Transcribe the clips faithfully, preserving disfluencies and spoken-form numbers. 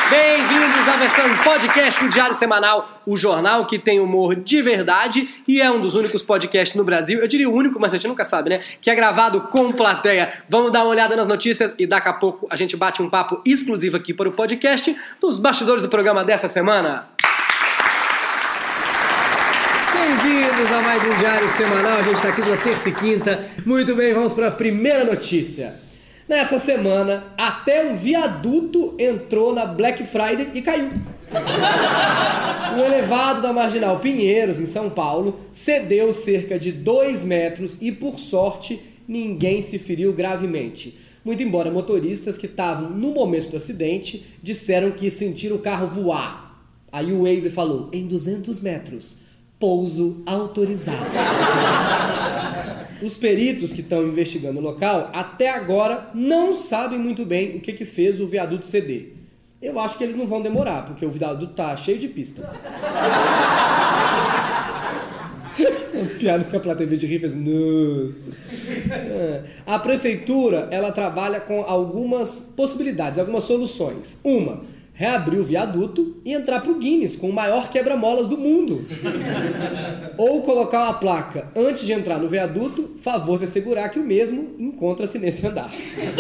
Bem-vindos à versão em podcast do Diário Semanal, o jornal que tem humor de verdade e é um dos únicos podcasts no Brasil, eu diria o único, mas a gente nunca sabe, né? Que é gravado com plateia. Vamos dar uma olhada nas notícias e daqui a pouco a gente bate um papo exclusivo aqui para o podcast dos bastidores do programa dessa semana. Bem-vindos a mais um Diário Semanal, a gente está aqui na terça e quinta. Muito bem, vamos para a primeira notícia. Nessa semana, até um viaduto entrou na Black Friday e caiu. O elevado da Marginal Pinheiros, em São Paulo, cedeu cerca de dois metros e, por sorte, ninguém se feriu gravemente. Muito embora motoristas que estavam no momento do acidente disseram que sentiram o carro voar. Aí o Waze falou, em duzentos metros, pouso autorizado. Os peritos que estão investigando o local até agora não sabem muito bem o que, que fez o viaduto ceder. Eu acho que eles não vão demorar, porque o viaduto tá cheio de pista. É uma piada que a plateia de rir fez, nossa. A prefeitura, ela trabalha com algumas possibilidades, algumas soluções. Uma, reabrir o viaduto e entrar pro Guinness com o maior quebra-molas do mundo. Ou colocar uma placa antes de entrar no viaduto, favor se assegurar que o mesmo encontra-se nesse andar.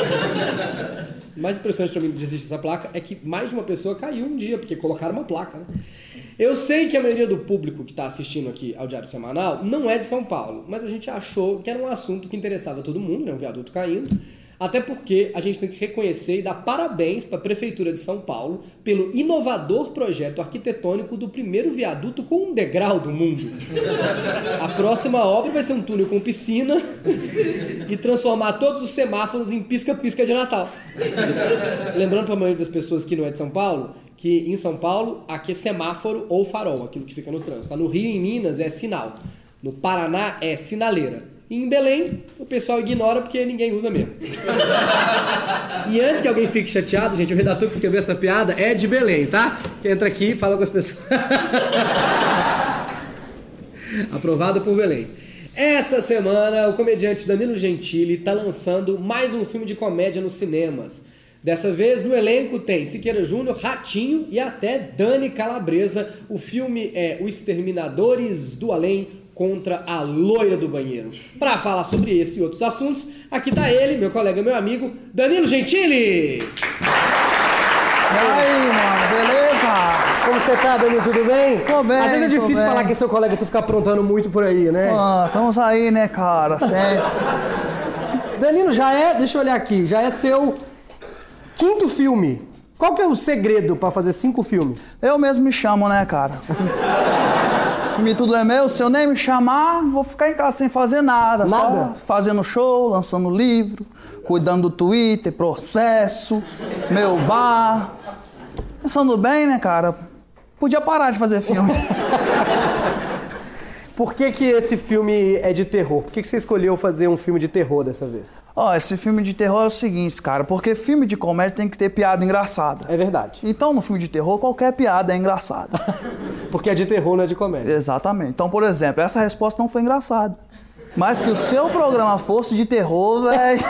O mais impressionante pra mim de existir essa placa é que mais de uma pessoa caiu um dia, porque colocaram uma placa, né? Eu sei que a maioria do público que está assistindo aqui ao Diário Semanal não é de São Paulo, mas a gente achou que era um assunto que interessava todo mundo, né? Um viaduto caindo. Até porque a gente tem que reconhecer e dar parabéns para a Prefeitura de São Paulo pelo inovador projeto arquitetônico do primeiro viaduto com um degrau do mundo. A próxima obra vai ser um túnel com piscina e transformar todos os semáforos em pisca-pisca de Natal. Lembrando para a maioria das pessoas que não é de São Paulo, que em São Paulo aqui é semáforo ou farol, aquilo que fica no trânsito. No Rio e em Minas é sinal. No Paraná é sinaleira. E em Belém, o pessoal ignora porque ninguém usa mesmo. E antes que alguém fique chateado, gente, o redator que escreveu essa piada é de Belém, tá? Que entra aqui e fala com as pessoas. Aprovado por Belém. Essa semana, o comediante Danilo Gentili está lançando mais um filme de comédia nos cinemas. Dessa vez, no elenco tem Siqueira Júnior, Ratinho e até Dani Calabresa. O filme é Os Exterminadores do Além contra a loira do banheiro. Para falar sobre esse e outros assuntos, aqui tá ele, meu colega, meu amigo, Danilo Gentili! E aí, mano, beleza? Como você tá, Danilo? Tudo bem? Tô bem, Às vezes é difícil bem. falar que é seu colega, você fica aprontando muito por aí, né? Pô, estamos aí, né, cara? Sempre. Danilo, já é, deixa eu olhar aqui, já é seu quinto filme. Qual que é o segredo para fazer cinco filmes? Eu mesmo me chamo, né, cara? O filme tudo é meu, se eu nem me chamar, vou ficar em casa sem fazer nada. Nada? Só fazendo show, lançando livro, cuidando do Twitter, processo, meu bar. Pensando bem, né, cara? Podia parar de fazer filme. Por que que esse filme é de terror? Por que que você escolheu fazer um filme de terror dessa vez? Ó, esse filme de terror é o seguinte, cara, porque filme de comédia tem que ter piada engraçada. É verdade. Então, no filme de terror, qualquer piada é engraçada. Porque é de terror, não é de comédia. Exatamente. Então, por exemplo, essa resposta não foi engraçada. Mas se o seu programa fosse de terror, velho...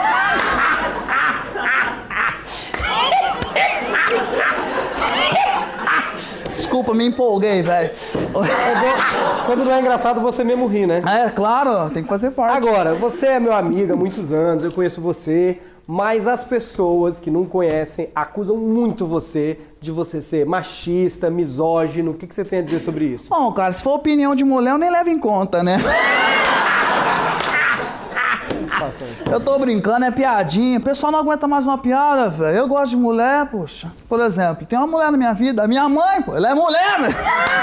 Desculpa, me empolguei, velho. Quando não é engraçado, você mesmo ri, né? É, claro, tem que fazer parte. Agora, você é meu amigo há muitos anos, eu conheço você, mas as pessoas que não conhecem acusam muito você de você ser machista, misógino. O que que você tem a dizer sobre isso? Bom, cara, se for opinião de mulher, eu nem levo em conta, né? Eu tô brincando, é piadinha. O pessoal não aguenta mais uma piada, velho. Eu gosto de mulher, poxa. Por exemplo, tem uma mulher na minha vida, a minha mãe, pô, ela é mulher, velho.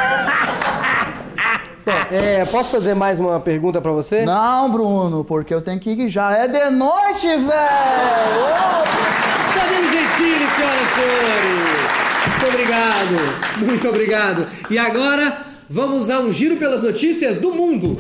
É, posso fazer mais uma pergunta pra você? Não, Bruno, porque eu tenho que ir, que já é de noite, velho. Danilo Gentili, senhoras e senhores. Muito obrigado, muito obrigado. E agora, vamos a um giro pelas notícias do mundo.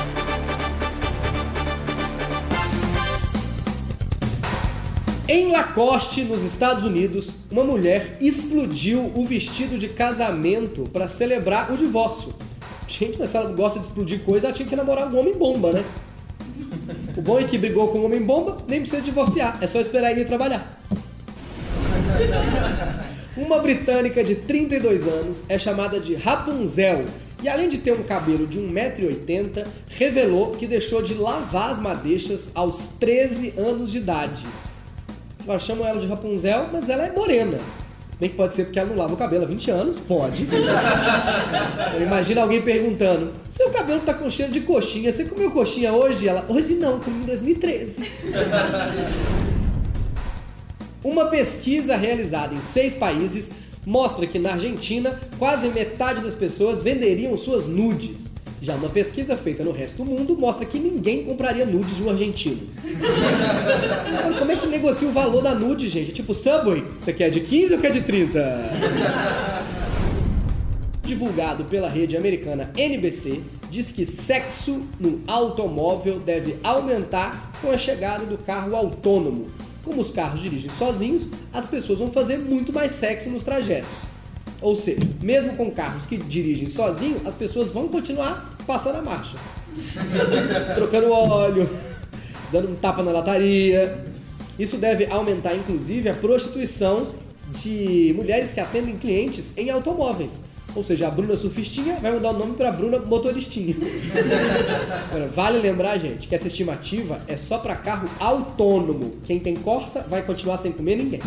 Em Lacoste, nos Estados Unidos, uma mulher explodiu o vestido de casamento para celebrar o divórcio. Gente, mas se ela gosta de explodir coisa, ela tinha que namorar um homem-bomba, né? O bom é que brigou com um homem-bomba, nem precisa divorciar, é só esperar ele ir trabalhar. Uma britânica de trinta e dois anos é chamada de Rapunzel e, além de ter um cabelo de um metro e oitenta, revelou que deixou de lavar as madeixas aos treze anos de idade. Agora chamam ela de Rapunzel, mas ela é morena. Se bem que pode ser porque ela não lava o cabelo há vinte anos, pode. Eu imagino alguém perguntando: seu cabelo tá com cheiro de coxinha, você comeu coxinha hoje? Ela: hoje não, comi em dois mil e treze. Uma pesquisa realizada em seis países mostra que na Argentina quase metade das pessoas venderiam suas nudes. Já uma pesquisa feita no resto do mundo mostra que ninguém compraria nudes de um argentino. Agora, como é que negocia o valor da nude, gente? Tipo Subway, você quer de quinze ou quer de trinta? Divulgado pela rede americana N B C, diz que sexo no automóvel deve aumentar com a chegada do carro autônomo. Como os carros dirigem sozinhos, as pessoas vão fazer muito mais sexo nos trajetos. Ou seja, mesmo com carros que dirigem sozinhos, as pessoas vão continuar passando a marcha. Trocando óleo, dando um tapa na lataria. Isso deve aumentar, inclusive, a prostituição de mulheres que atendem clientes em automóveis. Ou seja, a Bruna Surfistinha vai mudar o nome para Bruna Motoristinha. Agora, vale lembrar, gente, que essa estimativa é só para carro autônomo. Quem tem Corsa vai continuar sem comer ninguém.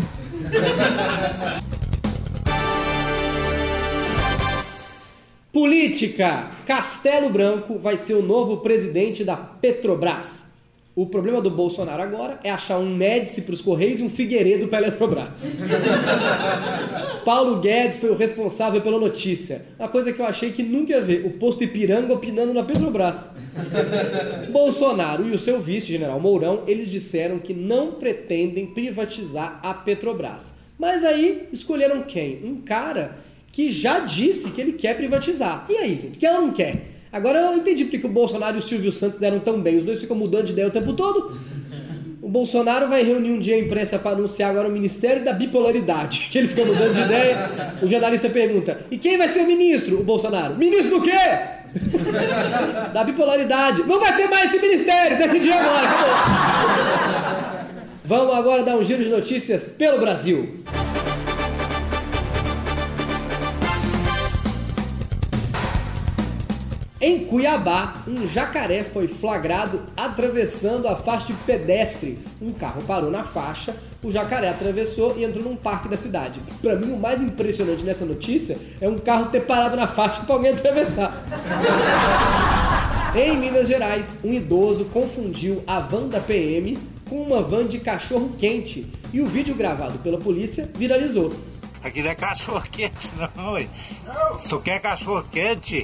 Política. Castelo Branco vai ser o novo presidente da Petrobras. O problema do Bolsonaro agora é achar um Médici para os Correios e um Figueiredo para a Eletrobras. Paulo Guedes foi o responsável pela notícia. Uma coisa que eu achei que nunca ia ver, o posto Ipiranga opinando na Petrobras. Bolsonaro e o seu vice, general Mourão, eles disseram que não pretendem privatizar a Petrobras. Mas aí escolheram quem? Um cara que já disse que ele quer privatizar. E aí, gente? Que ela não quer? Agora eu entendi porque que o Bolsonaro e o Silvio Santos deram tão bem. Os dois ficam mudando de ideia o tempo todo. O Bolsonaro vai reunir um dia a imprensa para anunciar agora o Ministério da Bipolaridade. Que ele fica mudando de ideia. O jornalista pergunta: e quem vai ser o ministro? O Bolsonaro: ministro do quê? Da bipolaridade. Não vai ter mais esse ministério. Decidi agora, acabou. Vamos agora dar um giro de notícias pelo Brasil. Em Cuiabá, um jacaré foi flagrado atravessando a faixa de pedestre. Um carro parou na faixa, o jacaré atravessou e entrou num parque da cidade. Para mim, o mais impressionante nessa notícia é um carro ter parado na faixa para alguém atravessar. Em Minas Gerais, um idoso confundiu a van da P M com uma van de cachorro-quente e o vídeo gravado pela polícia viralizou. Aqui não é cachorro-quente não, ué. Só quer cachorro-quente.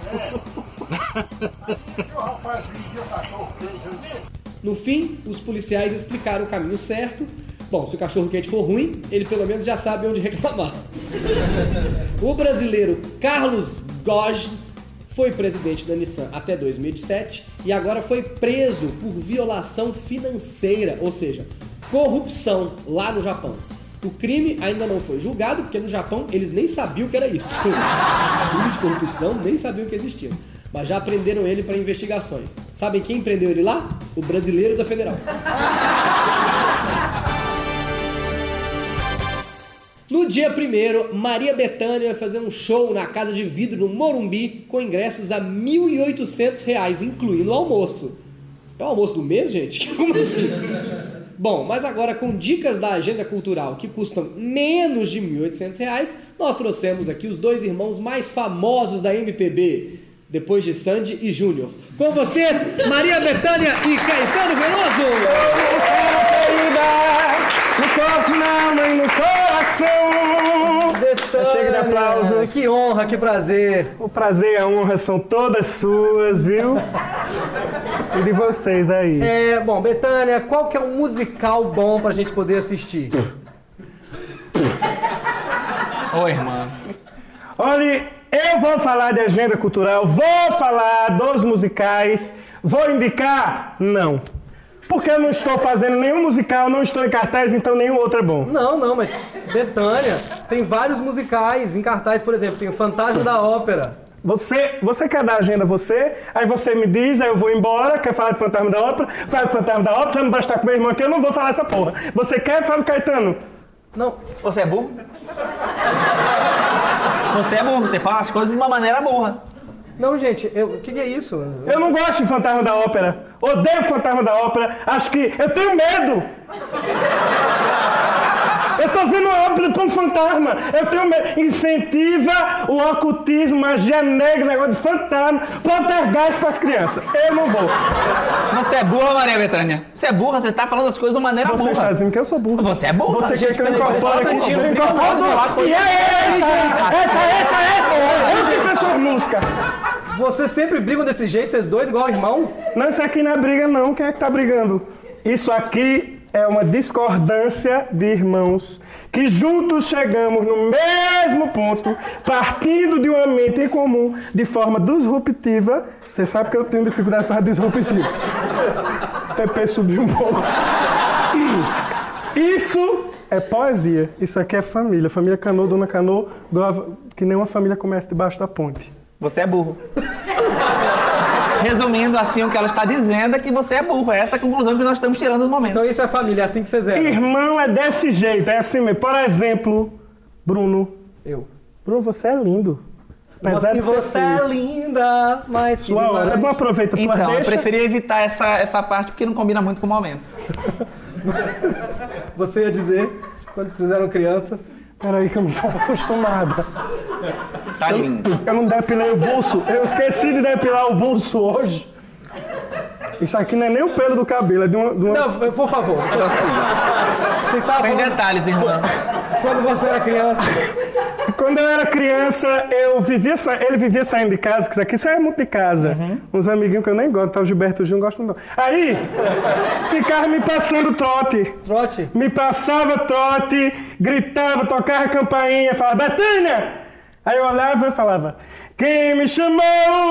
No fim, os policiais explicaram o caminho certo. Bom, se o cachorro-quente for ruim, ele pelo menos já sabe onde reclamar. O brasileiro Carlos Ghosn foi presidente da Nissan até dois mil e sete e agora foi preso por violação financeira, ou seja, corrupção lá no Japão. O crime ainda não foi julgado, porque no Japão eles nem sabiam o que era isso. O crime de corrupção nem sabiam que existia. Mas já prenderam ele para investigações. Sabem quem prendeu ele lá? O brasileiro da Federal. No dia primeiro, Maria Bethânia vai fazer um show na Casa de Vidro no Morumbi com ingressos a mil e oitocentos reais, incluindo o almoço. É o almoço do mês, gente? Como assim? Bom, mas agora com dicas da agenda cultural que custam menos de mil e oitocentos reais, nós trouxemos aqui os dois irmãos mais famosos da M P B, depois de Sandy e Júnior. Com vocês, Maria Bethânia e Caetano Veloso! No corpo, na mãe, no coração. Bethânia, chega de aplausos. Que honra, que prazer. O prazer e a honra são todas suas, viu? E de vocês aí. É, bom, Bethânia, qual que é um musical bom pra gente poder assistir? Oi, irmã. Olha, eu vou falar de agenda cultural, vou falar dos musicais, vou indicar? Não. Porque eu não estou fazendo nenhum musical, não estou em cartaz, então nenhum outro é bom. Não, não, mas Bethânia, tem vários musicais em cartaz, por exemplo, tem o Fantasma da Ópera. Você, você quer dar agenda, você, aí você me diz, aí eu vou embora, quer falar de Fantasma da Ópera, fala de Fantasma da Ópera, já não basta com meu irmão aqui, eu não vou falar essa porra. Você quer, Fábio Caetano? Não. Você é burro? Você é burro, você fala as coisas de uma maneira burra. Não, gente, o que, que é isso? Eu não gosto de Fantasma da Ópera. Odeio Fantasma da Ópera. Acho que eu tenho medo. Eu tô vendo a ópera com fantasma. Eu tenho medo. Incentiva o ocultismo, magia negra, negócio de fantasma, poltergeist pras crianças. Eu não vou. Você é burra, Maria Bethânia. Você é burra, você tá falando as coisas de uma maneira Você burra. está dizendo que eu sou burro. Você é burra. Você quer que eu incorpore aqui? Eu incorporo. E aí, gente? Eita, eita, eita! Eu professor música. Vocês sempre brigam desse jeito, vocês dois, igual irmão? Não, isso aqui não é briga, não. Quem é que tá brigando? Isso aqui é uma discordância de irmãos que juntos chegamos no mesmo ponto, partindo de uma mente em comum, de forma disruptiva. Você sabe que eu tenho dificuldade de falar disruptivo. O T P subiu um pouco. Isso é poesia. Isso aqui é família. Família Canô, Dona Canô, que nem uma família começa debaixo da ponte. Você é burro. Resumindo assim, o que ela está dizendo é que você é burro. É essa a conclusão que nós estamos tirando no momento. Então isso é família, é assim que vocês eram. Irmão é desse jeito, é assim mesmo. Por exemplo, Bruno. Eu. Bruno, você é lindo. Apesar de ser você é feio. linda, mas... Sua hora, não aproveita tua Então, eu deixa. preferi evitar essa, essa parte porque não combina muito com o momento. Você ia dizer, quando vocês eram crianças... Peraí que eu não estava acostumada. Tá lindo. Eu não depilei o bolso. Eu esqueci de depilar o bolso hoje. Isso aqui não é nem o pelo do cabelo, é de uma... De uma... Não, por favor, você estava Sem falando... detalhes, irmã. Quando você era criança... Quando eu era criança, eu vivia sa... ele vivia saindo de casa, porque isso aqui sai muito de casa. Uhum. Uns amiguinhos que eu nem gosto, tá? O Gilberto Gil, não gosto não. Aí, ficava me passando trote. Trote? Me passava trote, gritava, tocava a campainha, falava, Bethânia! Aí eu olhava e falava, quem me chamou?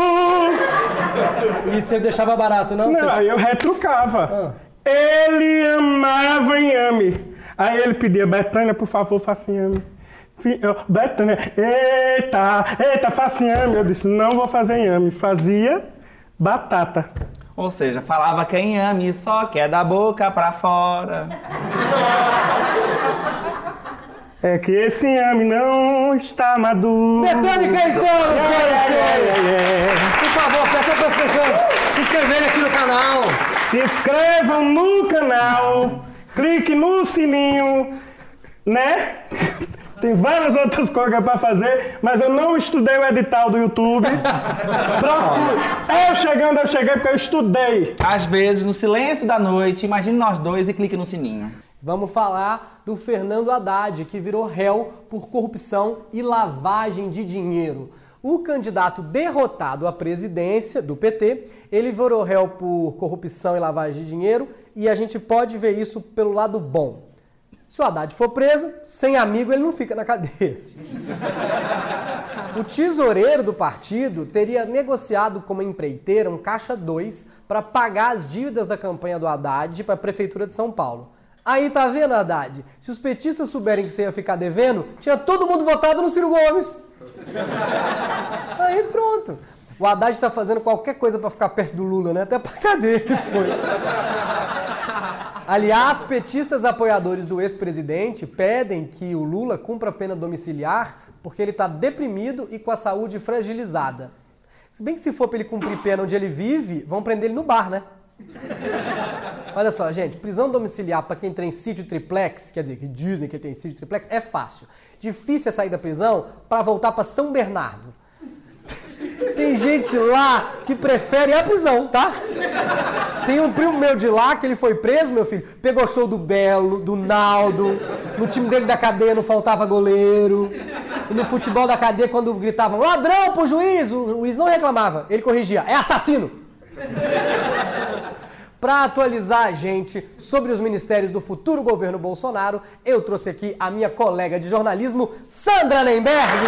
E você deixava barato, não? Não, aí eu retrucava. Ah. Ele amava inhame. Aí ele pedia, Bethânia, por favor, faça inhame. Eu, Bethânia, eita, eita, faça inhame. Eu disse, não vou fazer inhame. Fazia batata. Ou seja, falava que é inhame, só quer da boca pra fora. É que esse inhame não está maduro. Bethânia, então, yeah, yeah, yeah. Por favor, peça para as pessoas se inscreverem aqui no canal. Se inscrevam no canal, clique no sininho, né? Tem várias outras coisas para fazer, mas eu não estudei o edital do YouTube. Procure. Eu chegando, eu cheguei porque eu estudei. Às vezes, no silêncio da noite, imagine nós dois e clique no sininho. Vamos falar do Fernando Haddad, que virou réu por corrupção e lavagem de dinheiro. O candidato derrotado à presidência do P T, ele virou réu por corrupção e lavagem de dinheiro e a gente pode ver isso pelo lado bom. Se o Haddad for preso, sem amigo ele não fica na cadeia. O tesoureiro do partido teria negociado com uma empreiteira um caixa dois para pagar as dívidas da campanha do Haddad para a Prefeitura de São Paulo. Aí tá vendo, Haddad? Se os petistas souberem que você ia ficar devendo, tinha todo mundo votado no Ciro Gomes. Aí pronto. O Haddad está fazendo qualquer coisa para ficar perto do Lula, né? Até pra cadeia ele foi. Aliás, petistas apoiadores do ex-presidente pedem que o Lula cumpra a pena domiciliar porque ele está deprimido e com a saúde fragilizada. Se bem que se for para ele cumprir pena onde ele vive, vão prender ele no bar, né? Olha só, gente, prisão domiciliar para quem tem sítio triplex, quer dizer, que dizem que tem sítio triplex, é fácil. Difícil é sair da prisão para voltar para São Bernardo. Tem gente lá que prefere a prisão, tá? Tem um primo meu de lá que ele foi preso, meu filho, pegou show do Belo, do Naldo, no time dele da cadeia não faltava goleiro, e no futebol da cadeia quando gritavam ladrão pro juiz, o juiz não reclamava, ele corrigia, é assassino! Para atualizar a gente sobre os ministérios do futuro governo Bolsonaro, eu trouxe aqui a minha colega de jornalismo, Sandra Nemberg.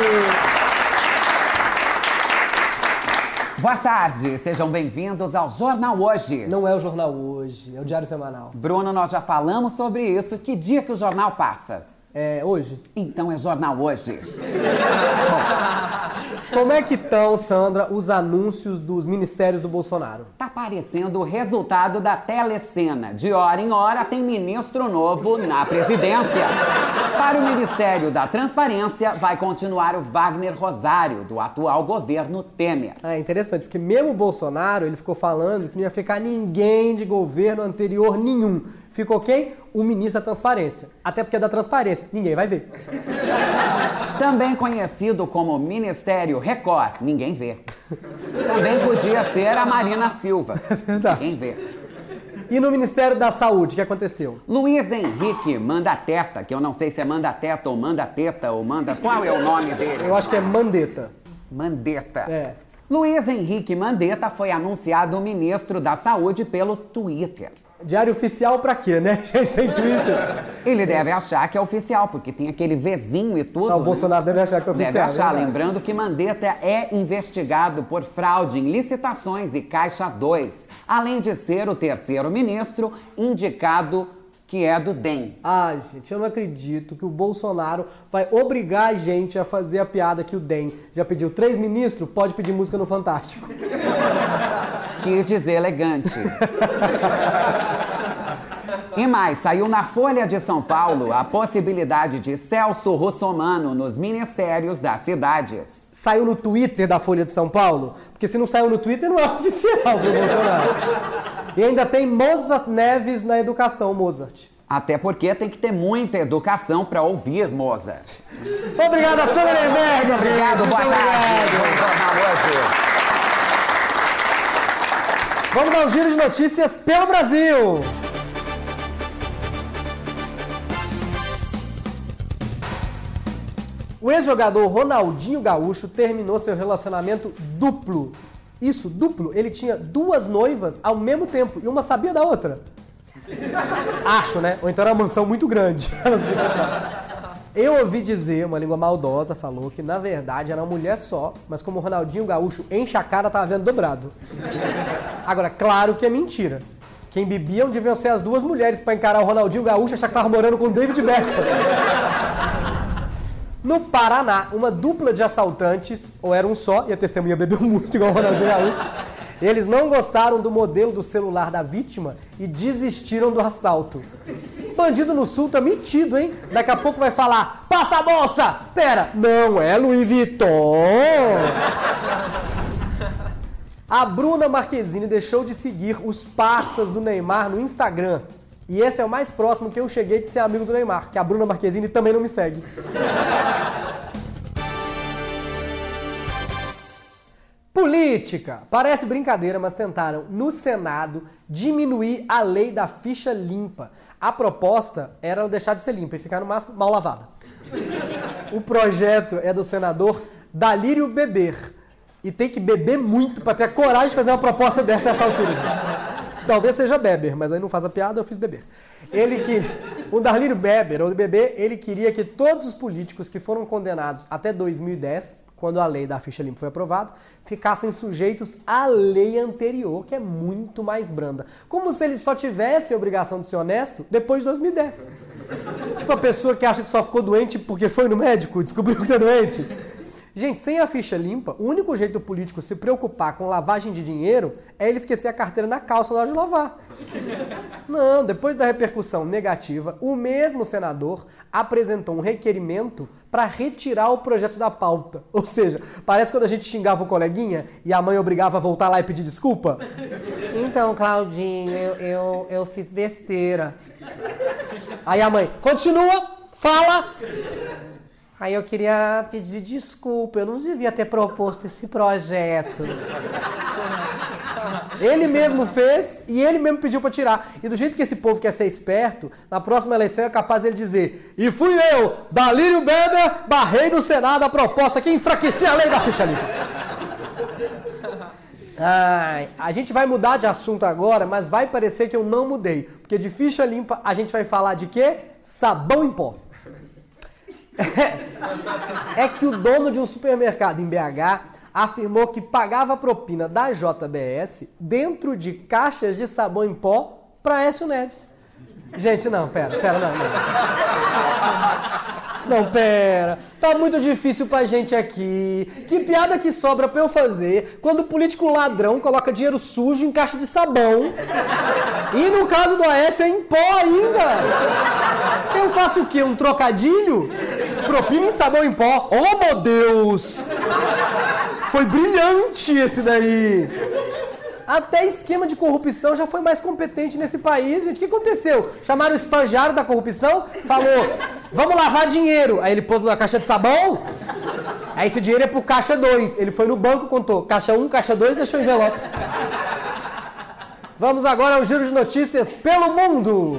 Boa tarde, sejam bem-vindos ao Jornal Hoje. Não é o Jornal Hoje, é o Diário Semanal. Bruno, nós já falamos sobre isso. Que dia que o jornal passa? É hoje? Então é Jornal Hoje. Bom, Como é que estão, Sandra, os anúncios dos ministérios do Bolsonaro? Tá parecendo o resultado da telecena. De hora em hora tem ministro novo na presidência. Para o Ministério da Transparência vai continuar o Wagner Rosário, do atual governo Temer. É interessante, porque mesmo o Bolsonaro, ele ficou falando que não ia ficar ninguém de governo anterior nenhum. Ficou quem? O ministro da Transparência. Até porque é da Transparência, ninguém vai ver. Também conhecido como Ministério Record, ninguém vê. Também podia ser a Marina Silva. É verdade. Ninguém vê. E no Ministério da Saúde, o que aconteceu? Luiz Henrique Mandateta, que eu não sei se é Mandateta ou Mandateta ou Manda... Qual é o nome dele? Eu acho que é Mandetta. Mandetta. É. Luiz Henrique Mandetta foi anunciado ministro da Saúde pelo Twitter. Diário oficial pra quê, né? Gente, tem Twitter. Ele deve achar que é oficial, porque tem aquele Vzinho e tudo. Não, o né? Bolsonaro deve achar que é oficial. Deve achar, né? lembrando que Mandetta é investigado por fraude em licitações e Caixa dois, além de ser o terceiro ministro indicado que é do D E M. Ai, gente, eu não acredito que o Bolsonaro vai obrigar a gente a fazer a piada que o D E M já pediu três ministros, pode pedir música no Fantástico. Que deselegante. E mais, saiu na Folha de São Paulo a possibilidade de Celso Russomano nos ministérios das cidades. Saiu no Twitter da Folha de São Paulo? Porque se não saiu no Twitter, não é oficial do Bolsonaro. E ainda tem Mozart Neves na educação, Mozart. Até porque tem que ter muita educação para ouvir Mozart. Obrigado, Sandra Nemberg. Obrigado, boa tarde. Bom jornal hoje. Vamos dar um giro de notícias pelo Brasil. O ex-jogador Ronaldinho Gaúcho terminou seu relacionamento duplo. Isso, duplo. Ele tinha duas noivas ao mesmo tempo e uma sabia da outra. Acho, né? Ou então era uma mansão muito grande. Eu ouvi dizer, uma língua maldosa falou que na verdade era uma mulher só, mas como o Ronaldinho Gaúcho enche a cara, tava vendo dobrado. Agora, claro que é mentira. Quem bebiam deviam ser as duas mulheres pra encarar o Ronaldinho Gaúcho e achar que tava morando com o David Beckham. No Paraná, uma dupla de assaltantes, ou era um só, e a testemunha bebeu muito igual o Ronaldinho Gaúcho, eles não gostaram do modelo do celular da vítima e desistiram do assalto. Bandido no Sul tá metido, hein? Daqui a pouco vai falar, passa a bolsa! Pera, não é Louis Vuitton! A Bruna Marquezine deixou de seguir os parças do Neymar no Instagram. E esse é o mais próximo que eu cheguei de ser amigo do Neymar, que a Bruna Marquezine também não me segue. Política. Parece brincadeira, mas tentaram, no Senado, diminuir a lei da ficha limpa. A proposta era ela deixar de ser limpa e ficar, no máximo, mal lavada. O projeto é do senador Dalírio Beber. E tem que beber muito para ter a coragem de fazer uma proposta dessa nessa altura. Talvez seja Beber, mas aí não faz a piada, eu fiz Beber. Ele que... O Dalírio Beber, ou Beber, ele queria que todos os políticos que foram condenados até dois mil e dez, quando a lei da ficha limpa foi aprovada, ficassem sujeitos à lei anterior, que é muito mais branda. Como se eles só tivessem a obrigação de ser honesto depois de dois mil e dez. Tipo a pessoa que acha que só ficou doente porque foi no médico, descobriu que tá doente. Gente, sem a ficha limpa, o único jeito do político se preocupar com lavagem de dinheiro é ele esquecer a carteira na calça na hora de lavar. Não, depois da repercussão negativa, o mesmo senador apresentou um requerimento para retirar o projeto da pauta. Ou seja, parece quando a gente xingava o coleguinha e a mãe obrigava a voltar lá e pedir desculpa. Então, Claudinho, eu, eu, eu fiz besteira. Aí a mãe, continua, fala... Aí eu queria pedir desculpa, eu não devia ter proposto esse projeto. Ele mesmo fez e ele mesmo pediu pra tirar. E do jeito que esse povo quer ser esperto, na próxima eleição é capaz dele dizer: e fui eu, Dalírio Beber, barrei no Senado a proposta que enfraquecia a lei da ficha limpa. Ai, a gente vai mudar de assunto agora, mas vai parecer que eu não mudei. Porque de ficha limpa a gente vai falar de quê? Sabão em pó. É que o dono de um supermercado em B H afirmou que pagava a propina da J B S dentro de caixas de sabão em pó para Aécio Neves. Gente, não, pera, pera, não, Não, pera. Tá muito difícil pra gente aqui. Que piada que sobra pra eu fazer quando o político ladrão coloca dinheiro sujo em caixa de sabão? E no caso do Aécio é em pó ainda. Eu faço o quê? Um trocadilho? Propina em sabão em pó. Oh, meu Deus! Foi brilhante esse daí. Até esquema de corrupção já foi mais competente nesse país, gente. O que aconteceu? Chamaram o estagiário da corrupção, falou, vamos lavar dinheiro. Aí ele pôs na caixa de sabão, aí esse dinheiro é pro caixa dois. Ele foi no banco, contou caixa um, caixa dois, deixou o envelope. Vamos agora ao giro de notícias pelo mundo.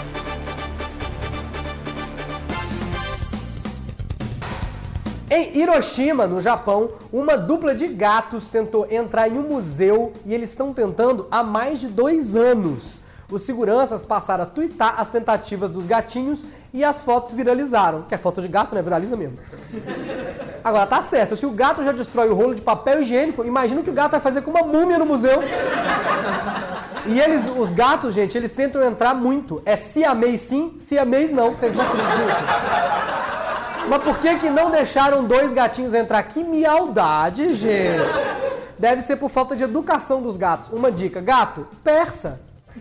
Em Hiroshima, no Japão, uma dupla de gatos tentou entrar em um museu e eles estão tentando há mais de dois anos. Os seguranças passaram a tuitar as tentativas dos gatinhos e as fotos viralizaram. Que é foto de gato, né? Viraliza mesmo. Agora, tá certo. Se o gato já destrói o rolo de papel higiênico, imagina o que o gato vai fazer com uma múmia no museu. E eles, os gatos, gente, eles tentam entrar muito. É siamês sim, siamês não. Vocês acreditam? Mas por que que não deixaram dois gatinhos entrar? Que mialdade, gente. Deve ser por falta de educação dos gatos. Uma dica, gato, persa.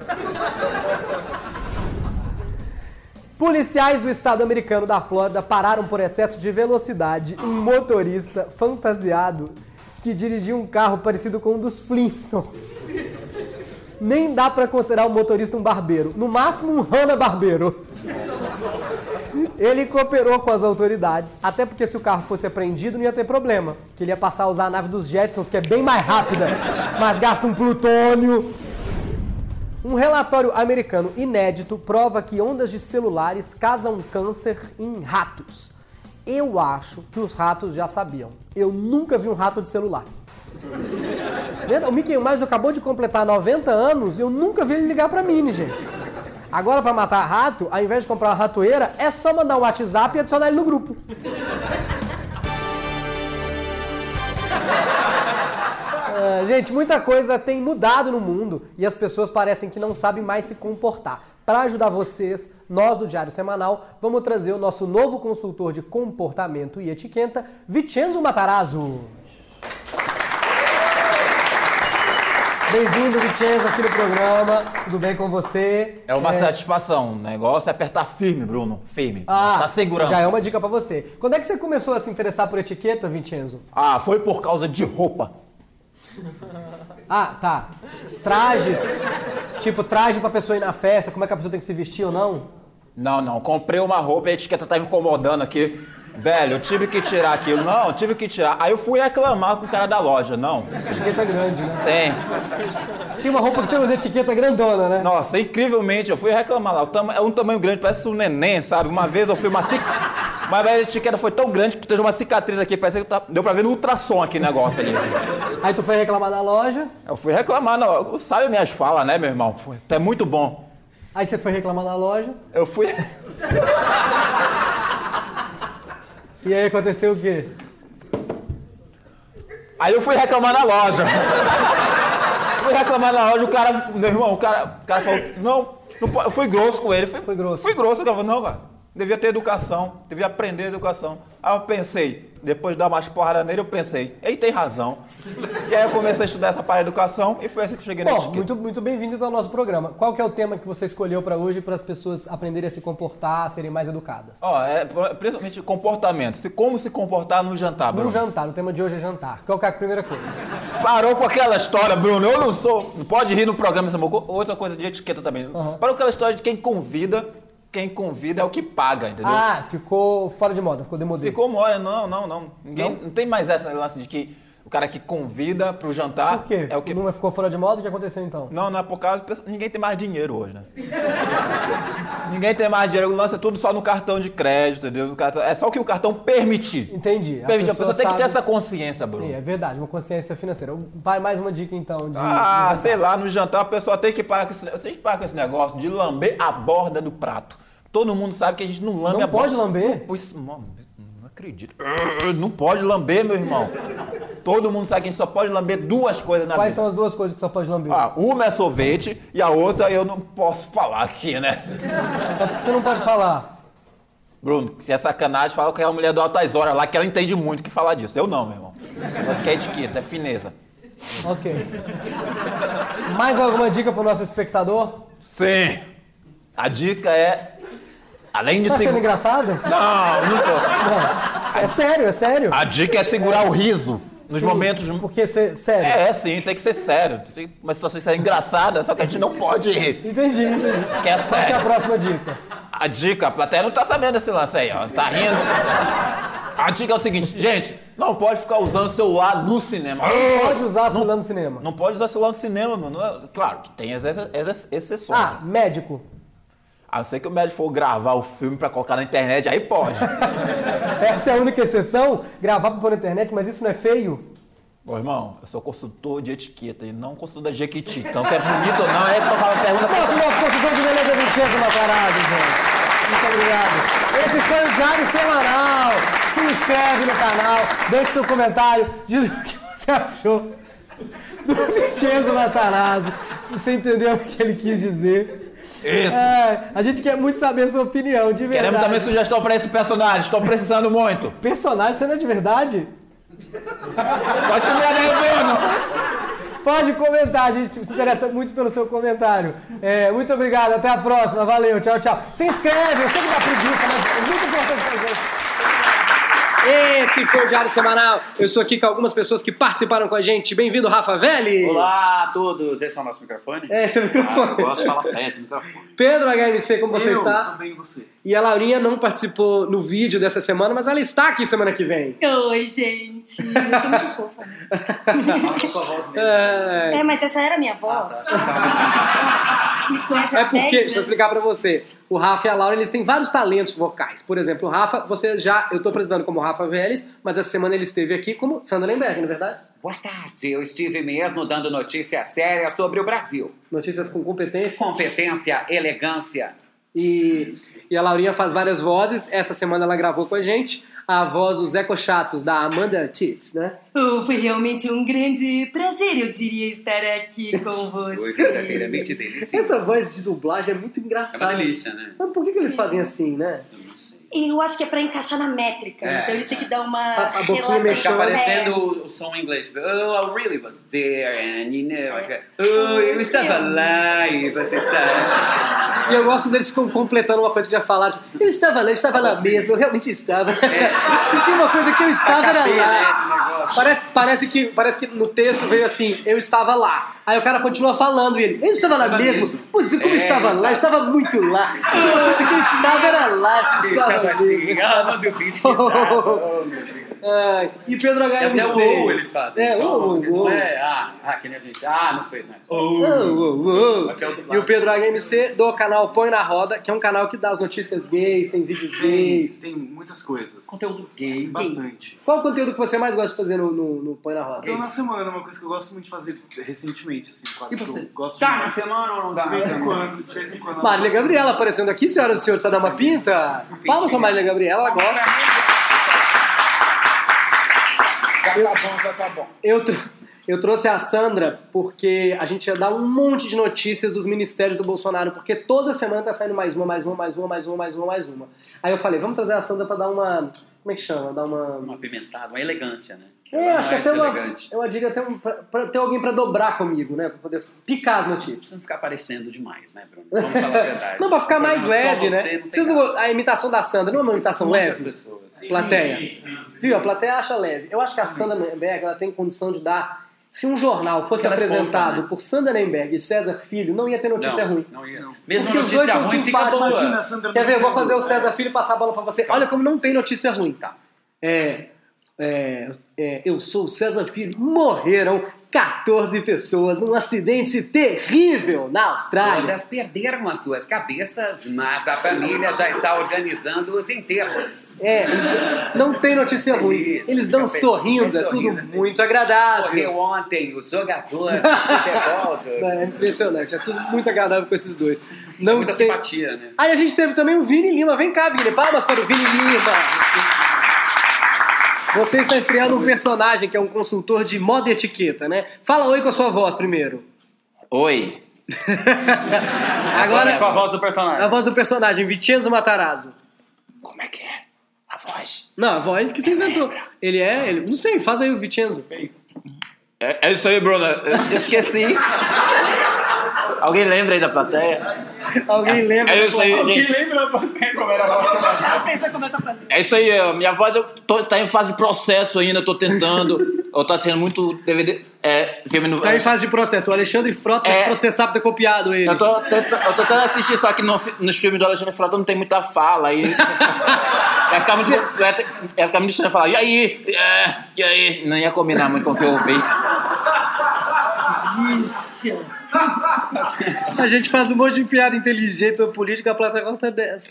Policiais do estado americano da Flórida pararam por excesso de velocidade um motorista fantasiado que dirigia um carro parecido com um dos Flintstones. Nem dá pra considerar o motorista um barbeiro. No máximo um Hanna-Barbeiro. Ele cooperou com as autoridades, até porque se o carro fosse apreendido não ia ter problema. Que ele ia passar a usar a nave dos Jetsons, que é bem mais rápida, mas gasta um plutônio. Um relatório americano inédito prova que ondas de celulares causam câncer em ratos. Eu acho que os ratos já sabiam. Eu nunca vi um rato de celular. O Mickey Mouse acabou de completar noventa anos e eu nunca vi ele ligar pra mim, gente. Agora, pra matar rato, ao invés de comprar uma ratoeira, é só mandar um WhatsApp e adicionar ele no grupo. Ah, gente, muita coisa tem mudado no mundo e as pessoas parecem que não sabem mais se comportar. Para ajudar vocês, nós do Diário Semanal vamos trazer o nosso novo consultor de comportamento e etiqueta, Vincenzo Matarazzo. Bem-vindo, Vincenzo, aqui no programa. Tudo bem com você? É uma é... satisfação. O negócio é apertar firme, Bruno. Firme. Ah, tá segurando. Já é uma dica pra você. Quando é que você começou a se interessar por etiqueta, Vincenzo? Ah, foi por causa de roupa. Ah, tá. Trajes. Tipo, traje pra pessoa ir na festa, como é que a pessoa tem que se vestir ou não? Não, não. Comprei uma roupa e a etiqueta tá me incomodando aqui. Velho, eu tive que tirar aquilo. Não, eu tive que tirar. Aí eu fui reclamar com o cara da loja. Não. Etiqueta grande, né? Tem. Tem uma roupa que tem umas etiquetas grandona, né? Nossa, incrivelmente, eu fui reclamar lá. O tam... É um tamanho grande, parece um neném, sabe? Uma vez eu fui uma cicatriz. Mas a etiqueta foi tão grande que teve uma cicatriz aqui. Parece que tá... deu pra ver no ultrassom aqui o negócio ali. Aí tu foi reclamar na loja? Eu fui reclamar, não. Sabe minhas falas, né, meu irmão? Tu é muito bom. Aí você foi reclamar na loja? Eu fui. E aí aconteceu o quê? Aí eu fui reclamar na loja. Fui reclamar na loja, o cara, meu irmão, o cara, o cara falou, não, não pode, eu fui grosso com ele. Fui, Foi grosso. Fui grosso, o cara falou, não, cara, devia ter educação, devia aprender educação. Aí eu pensei, depois de dar umas porradas nele, eu pensei, ele tem razão. E aí eu comecei a estudar essa parte de educação e foi assim que eu cheguei na Bom, etiqueta. muito, muito bem-vindo ao nosso programa. Qual que é o tema que você escolheu para hoje para as pessoas aprenderem a se comportar, a serem mais educadas? Ó, é principalmente comportamento, se- como se comportar no jantar, Bruno. No jantar, o tema de hoje é jantar. Qual que é a primeira coisa? Parou com aquela história, Bruno, eu não sou, não pode rir no programa, essa outra coisa de etiqueta também. Uhum. Parou com aquela história de quem convida, quem convida é o que paga, entendeu? Ah, ficou fora de moda, ficou demodê. Ficou mole, não, não, não. Ninguém, Não? não? tem mais essa lance de que o cara que convida pro jantar Por quê? é o que... Não ficou fora de moda? O que aconteceu então? Não, não é por causa... Ninguém tem mais dinheiro hoje, né? Ninguém tem mais dinheiro, o lance é tudo só no cartão de crédito, entendeu? No cartão- É só o que o cartão permitir. Entendi. Permitir. A pessoa tem que ter sabe- essa consciência, Bruno. É, é verdade, uma consciência financeira. Vai mais uma dica então de... Ah, de sei lá, no jantar a pessoa tem que parar com esse, tem que parar com esse negócio de lamber a borda do prato. Todo mundo sabe que a gente não lambe Não a borda. pode lamber? Não, pois, mano, não acredito. Não pode lamber, meu irmão. Todo mundo sabe que a gente só pode lamber duas coisas na Quais vida. são as duas coisas que só pode lamber? Ah, uma é sorvete e a outra eu não posso falar aqui, né? É porque você não pode falar. Bruno, se é sacanagem, fala com a mulher do Altas Horas lá, que ela entende muito o que falar disso. Eu não, meu irmão. Mas que é etiqueta, é fineza. Ok. Mais alguma dica pro nosso espectador? Sim. A dica é... Além de Tá achando segu- engraçado? Não, não tô. Não. É sério, é sério. A dica é segurar o riso nos Sim, momentos... Porque, cê, sério. É, é, sim, tem que ser sério. Tem uma situação que é engraçada, só que a gente não pode rir. Entendi, entendi. Que é Qual que é a sério. próxima dica? A dica, a plateia não tá sabendo desse lance aí, ó. Tá rindo. A dica é o seguinte, gente, não pode ficar usando celular no cinema. Não pode usar celular no cinema. Não pode usar celular no cinema, mano. Claro que tem as ex- ex- exceções. Ah, médico. A não ser que o médico for gravar o filme pra colocar na internet, aí pode. Essa é a única exceção? Gravar pra pôr na internet, mas isso não é feio? Ô, irmão, eu sou consultor de etiqueta e não consultor da Jequiti. Então, que é bonito ou não, é que eu falo a pergunta... Nossa, nosso consultor de beleza Vincenzo Matarazzo, gente. Muito obrigado. Esse foi o Diário Semanal. Se inscreve no canal, deixe seu comentário, diz o que você achou do Vincenzo Matarazzo. Se você entendeu o que ele quis dizer. Isso. É, a gente quer muito saber a sua opinião, de verdade. Queremos também sugestão pra esse personagem, estou precisando muito. Personagem, você não é de verdade? Pode se aí, Bruno. Pode comentar, a gente se interessa muito pelo seu comentário. É, muito obrigado, até a próxima, valeu, tchau, tchau. Se inscreve, eu sei que dá preguiça, mas é muito importante pra gente. Esse foi o Diário Semanal. Eu estou aqui com algumas pessoas que participaram com a gente. Bem-vindo, Rafa Vélez. Olá a todos, esse é o nosso microfone? É, esse é o microfone. Ah, eu gosto de falar perto do microfone. Pedro H M C, como você eu, está? também você. E a Laurinha não participou no vídeo dessa semana, mas ela está aqui semana que vem. Oi, gente. Eu sou muito fofa. Fala com a voz mesmo. É, É, mas essa era a minha voz. Você me conhece há é porque, dez deixa eu anos. explicar pra você. O Rafa e a Laura, eles têm vários talentos vocais. Por exemplo, o Rafa, você já... Eu tô apresentando como Rafa Vélez, mas essa semana ele esteve aqui como Sandra Lemberg, não é verdade? Boa tarde, eu estive mesmo dando notícias sérias sobre o Brasil. Notícias com competência. Competência, elegância. E, e a Laurinha faz várias vozes. Essa semana ela gravou com a gente a voz dos Ecochatos, da Amanda Tits, né? Oh, foi realmente um grande prazer, eu diria, estar aqui com você. Foi verdadeiramente delícia. Essa voz de dublagem é muito É engraçada. uma delícia, né? Mas por que, que eles fazem assim, né? Eu não sei. Eu acho que é pra encaixar na métrica, É. então eles têm que dar uma A- a boquinha relação. mexendo. Fica parecendo É. o, o som em inglês. Oh, I really was there and you know. I- Oh, eu estava lá e você sabe. E eu gosto deles ficam completando uma coisa que já falaram. Eu estava lá, eu estava lá mesmo, eu realmente estava. Se tinha uma coisa que eu estava, era H P, né, lá. do negócio. Parece, parece, que, parece que no texto veio assim, eu estava lá. Aí o cara continua falando e ele, eu estava lá Estava mesmo. mesmo. Pô, como eu É, estava lá? Eu estava muito lá. Se tinha uma coisa que eu estava, era lá. Eu estava assim, ah, não duvido que estava. Oh, meu Deus. Ai, e Pedro H M C. Até o ou eles fazem. É, Só, ou, não ou. é? Ah, ah, que nem a gente. Ah, não sei, né? Oh, oh, oh. Aqui é o dublagem. E o Pedro H M C do canal Põe na Roda, que é um canal que dá as notícias gays, tem vídeos gays. Tem muitas coisas. Conteúdo gay. Bastante. Qual o conteúdo que você mais gosta de fazer no, no, no Põe na Roda? Então, na semana, uma coisa que eu gosto muito de fazer recentemente, assim, um quadro E que você? eu gosto Tá na demais. semana ou não dá De na vez em semana? quando, de vez em quando. Marília Gabriela aparecendo aqui, senhoras e senhores, para dar uma pinta. Palmas pra Marília Gabriela, ela gosta. Já tá bom, já tá bom. Eu, tr- eu trouxe a Sandra porque a gente ia dar um monte de notícias dos ministérios do Bolsonaro, porque toda semana tá saindo mais uma, mais uma, mais uma, mais uma, mais uma, mais uma. Aí eu falei, vamos trazer a Sandra pra dar uma... Como é que chama? Dar uma... Uma apimentada, uma elegância, né? É, Ela acho não que até uma, deselegante. eu diria até um, pra, pra ter alguém pra dobrar comigo, né? Pra poder picar as notícias. Precisa não ficar parecendo demais, né, Bruno? Vamos falar a verdade. Não, pra ficar O mais programa leve, Só né? Você não tem Vocês não graça. gostam- a imitação da Sandra não é uma imitação Muitas leve? pessoas. Plateia. Viu? A plateia acha leve. Eu acho que a Sandra Nemberg, ela tem condição de dar... Se um jornal fosse Ela é apresentado fofa, né? por Sandra Nemberg e César Filho, não ia ter notícia Não, ruim. não ia. Não. Mesmo Porque os dois notícia são ruim fica simpáticos. boa. Imagina a Sandra Quer ver? Eu vou Luciano. fazer o César Filho passar a bola pra você. Olha como não tem notícia ruim. Tá. É, é, é, eu sou o César Filho. Morreram quatorze pessoas num acidente terrível na Austrália. Todas perderam as suas cabeças, mas a família já está organizando os enterros. É, não tem notícia ruim. Isso, Eles dão fica sorrindo, bem é tudo sorrindo, muito agradável. Morreu ontem o jogador de futebol. do- É impressionante, é tudo muito agradável com esses dois. Não Muita tem... simpatia, né? Aí a gente teve também o Vini Lima. Vem cá, Vini. Palmas para o Vini Lima. Você está estreando um personagem que é um consultor de moda e etiqueta, né? Fala oi com a sua voz primeiro. Oi. Agora, Com a voz do personagem. a voz do personagem, Vincenzo Matarazzo. Como é que é? A voz. Não, a voz que você inventou. Ele é, ele, não sei, faz aí o Vincenzo. É, é isso aí, Bruno. Eu esqueci. Alguém lembra aí da plateia? Alguém lembra? É isso aí, Alguém gente. lembra da plateia como era a voz? A pessoa começa a fazer. É isso aí, é, minha voz eu tô, tá em fase de processo ainda, tô tentando. Eu tô assistindo muito D V D. É, filme no. Tá em fase de processo. O Alexandre Frota vai É. processar por ter copiado ele. Eu tô, tenta- eu tô tentando assistir, só que no, fi- nos filmes do Alexandre Frota não tem muita fala. Aí. Vai ficar muito. Vai ter- vai ficar muito estranho falar, e aí? É, e aí? Não ia combinar muito com o que eu ouvi. Isso. A gente faz um monte de piada inteligente sobre política, a plateia gosta dessa.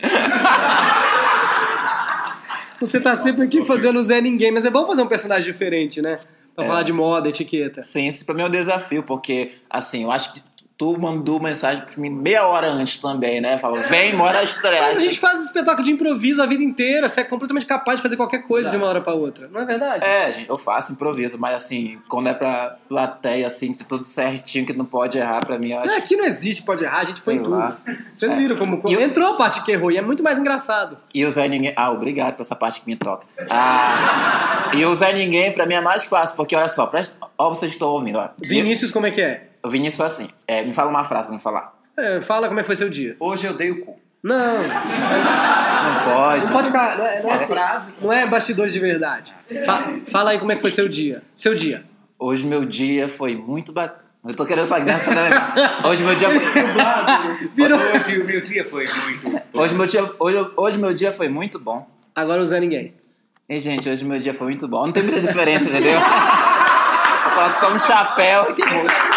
Você tá sempre aqui fazendo o Zé Ninguém, mas é bom fazer um personagem diferente, né? Pra É. falar de moda, etiqueta. Sim, esse pra mim é um desafio, porque, assim, eu acho que tu mandou mensagem pra mim meia hora antes também, né? Falou, vem, bora estrear. Mas a gente faz espetáculo de improviso a vida inteira, você é completamente capaz de fazer qualquer coisa de uma hora pra outra, não é verdade? É, gente, eu faço improviso, mas assim, quando é pra plateia, assim, que tudo certinho, que não pode errar, pra mim, eu acho... Não, aqui não existe, pode errar, a gente foi Sei em tudo. lá. Vocês É. viram como, como E eu- entrou a parte que errou e é muito mais engraçado. E o Zé Ninguém... Ah, obrigado por essa parte que me toca. Ah, e o Zé Ninguém, pra mim, é mais fácil, porque, olha só, presta... Ó, vocês estão ouvindo, ó. Vinícius, como é que é? O Vinícius é assim, é, me fala uma frase pra me falar. É, fala como é que foi seu dia. Hoje eu dei o cu. Não, Não pode. não pode ficar, não é, não é, É assim, frase. não é bastidores de verdade. Fa- fala aí como é que foi seu dia. Seu dia. Hoje meu dia foi muito bacana. Eu tô querendo falar graças a Deus. Hoje meu dia foi... Virou. Hoje o meu dia foi muito. Hoje meu dia, hoje, hoje meu dia foi muito bom. Agora o Zé Ninguém. E, gente, hoje meu dia foi muito bom. Não tem muita diferença, entendeu? Eu coloco só um chapéu. Que bom.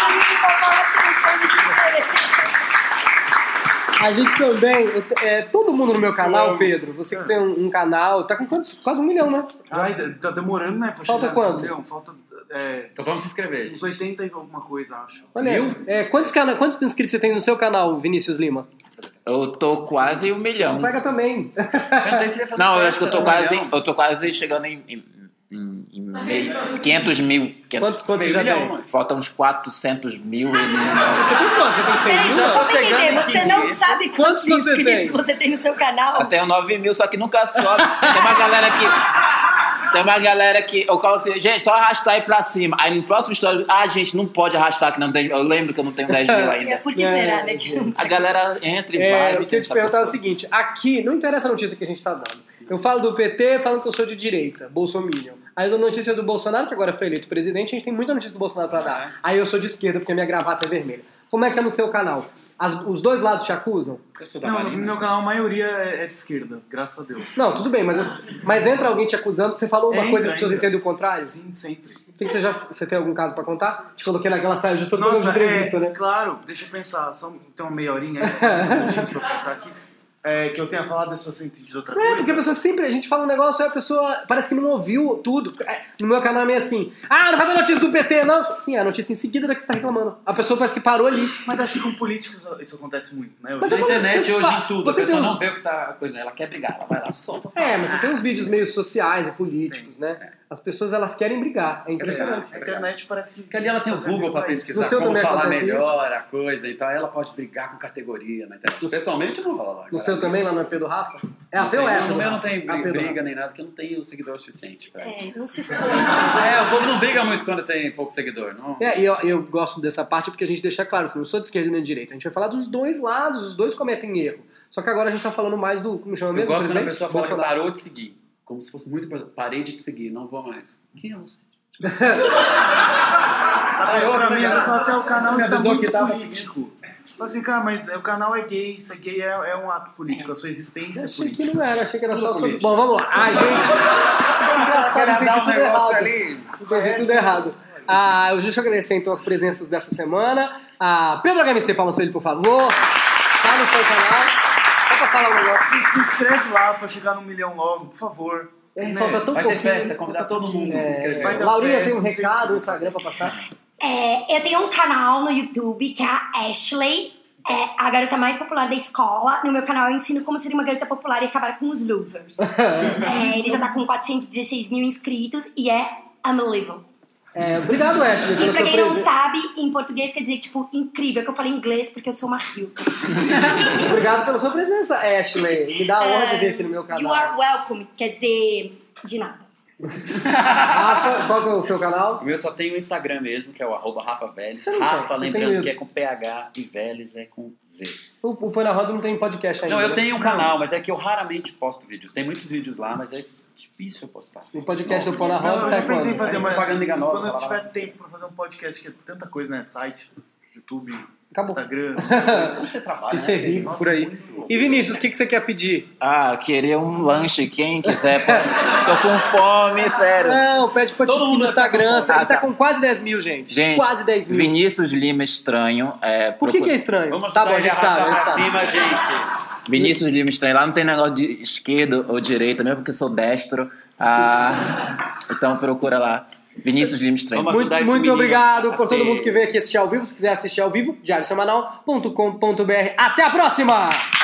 A gente também, é, todo mundo no meu canal, Pedro, você que tem um, um canal, tá com quantos? Quase um milhão, né? Ai, tá demorando, né? Pra Falta chegar quanto? nesse milhão. Falta é, Então vamos se inscrever. uns oitenta e alguma coisa, acho. Olha, aí, é, quantos, cana- quantos inscritos você tem no seu canal, Vinícius Lima? Eu tô quase um milhão. Pega também. Não, eu acho que eu tô quase, eu tô quase chegando em, em, em, em meio, quinhentos mil. Quantos, quantos você já milhão, tem? mano. Faltam uns quatrocentos mil. E... Você tem quantos? Você tem cem Peraí, mil? só pra chegando entender, em você não quinhentos. sabe Quantos quantos você inscritos tem? você tem no seu canal? Eu tenho nove mil, só que nunca sobe. Tem uma galera que... Tem uma galera que... Eu coloco assim, gente, só arrastar aí pra cima. Aí no próximo história... Ah, gente, não pode arrastar que não tem... Eu lembro que eu não tenho dez mil É, ainda. por que É. será, né? que não- A galera entra e vai. É, o que eu te essa perguntar é o pessoa. seguinte, aqui, não interessa a notícia que a gente tá dando. Eu falo do P T falando que eu sou de direita, bolsominion. Aí eu dou notícia do Bolsonaro, que agora foi eleito presidente, a gente tem muita notícia do Bolsonaro pra dar. Aí eu sou de esquerda, porque a minha gravata é vermelha. Como é que é no seu canal? As- os dois lados te acusam? Eu sou da Não, no Marina. meu canal a maioria é é de esquerda, graças a Deus. Não, tudo bem, mas, as- mas entra alguém te acusando, você falou uma Entra, coisa que as pessoas entra. entendem o contrário? Sim, sempre. Tem que você, já, você tem algum caso pra contar? Te coloquei naquela saia de todo mundo de Nossa, entrevista, é, né? claro, deixa eu pensar, só tem uma meia horinha aí, só um minutinho pra pensar aqui. É, que eu tenha falado, se você entendido outra É, coisa. porque a pessoa sempre, a gente fala um negócio e a pessoa parece que não ouviu tudo. É, no meu canal é meio assim, ah, não vai dar notícia do P T, não. Sim, é a notícia em seguida da que você tá reclamando. A pessoa parece que parou ali. Mas acho que com políticos isso acontece muito, né? Mas Na eu falo, internet você hoje fa- em tudo, você a pessoa tem uns- não vê o que tá coisa, ela quer brigar, ela vai lá solta. É, mas você tem uns vídeos meio sociais e políticos, né? As pessoas, elas querem brigar. É impressionante. A internet parece que... Porque ali ela tem o Google pra pesquisar No seu como também falar acontece melhor a coisa e tal. Ela pode brigar com categoria na internet. Pessoalmente não rola. No cara. seu também, lá no E P do Rafa? É a Não P ou tem- é? No meu não tem A P briga, do briga Rafa. nem nada, porque eu não tenho seguidor suficiente pra isso. É, não se expõe. É, o povo não briga muito quando tem pouco seguidor, não. É, e eu, eu gosto dessa parte porque a gente deixa claro, assim, não sou de esquerda nem de direita. A gente vai falar dos dois lados, os dois cometem erro. Só que agora a gente tá falando mais do, como chama Eu mesmo? gosto quando a presidente? pessoa fala que Bolsonaro. parou de seguir. Como se fosse muito... pra- Parei de te seguir, não vou mais. Quem é você? Pra, pra mim, às vezes fala assim, ah, o canal Me está avisou muito que tava político. Fala assim, cara, mas o canal é gay, isso é gay, é, é um ato político, a sua existência é Achei que política. não era, achei que era só sobre... político. Bom, vamos lá. Ah, gente... Engraçado, entendi dar um tudo negócio errado. ali. Entendi tudo errado. Ah, eu deixa eu agradecer então as presenças dessa semana. Ah, Pedro H M C, palmas pra ele, por favor. Tá no seu canal. Só pra falar um negócio. Se inscreve lá pra chegar no milhão logo, por favor. É, Né? falta tão Vai ter pouquinho. festa, convidar todo mundo a se É, inscrever. Vai ter Laurinha festa, tem um não sei o recado que no Instagram pra passar? É, eu tenho um canal no YouTube que é a Ashley, é a garota mais popular da escola. No meu canal eu ensino como ser uma garota popular e acabar com os losers. É, ele já tá com quatrocentos e dezesseis mil inscritos e é unbelievable. É, obrigado, Ashley, E pela pra sua quem não presença. sabe, em português quer dizer, tipo, incrível, que eu falei inglês porque eu sou uma Hilton. Obrigado pela sua presença, Ashley. Me dá a honra de vir aqui no meu canal. You are welcome, quer dizer, de nada. Rafa, qual que é o seu canal? O meu só tem o Instagram mesmo, que é o arroba Rafa Vélez. Você não tem, Rafa, você tem lembrando mesmo. que é com P H e Vélez é com Z. O, o Põe na Roda não tem podcast ainda. Não, eu né? tenho um canal, mas é que eu raramente posto vídeos. Tem muitos vídeos lá, mas é difícil eu postar. O podcast do Põe na Não, Roda eu sai já pensei em quando? fazer Aí, mais. propaganda enganosa, Quando eu lá, tiver lá. tempo pra fazer um podcast, que é tanta coisa, né? Site, YouTube, Acabou. Instagram. Você trabalha, E ser né? rico Nossa, por aí. muito. E Vinícius, o que, que você quer pedir? Ah, eu queria um lanche, quem quiser. pô. Tô com fome, sério. Não, pede pra te Todo seguir mundo no vai ficar com Instagram. fome. Ele tá Ah, tá. com quase dez mil, gente. Gente, Quase dez mil. Vinícius Lima Estranho. É, Por que, que é estranho? Vamos Tá ajudar bom, a ele a gente sabe. arrastar A pra gente sabe. cima, gente. Vinícius Lima Estranho. Lá não tem negócio de esquerda ou direita, mesmo porque eu sou destro. Ah, então procura lá. Vinícius Lima Estranho. Vamos Muito, ajudar esse muito menino obrigado a por todo ter- mundo que veio aqui assistir ao vivo. Se quiser assistir ao vivo, diário semanal ponto com ponto b r. Até a próxima!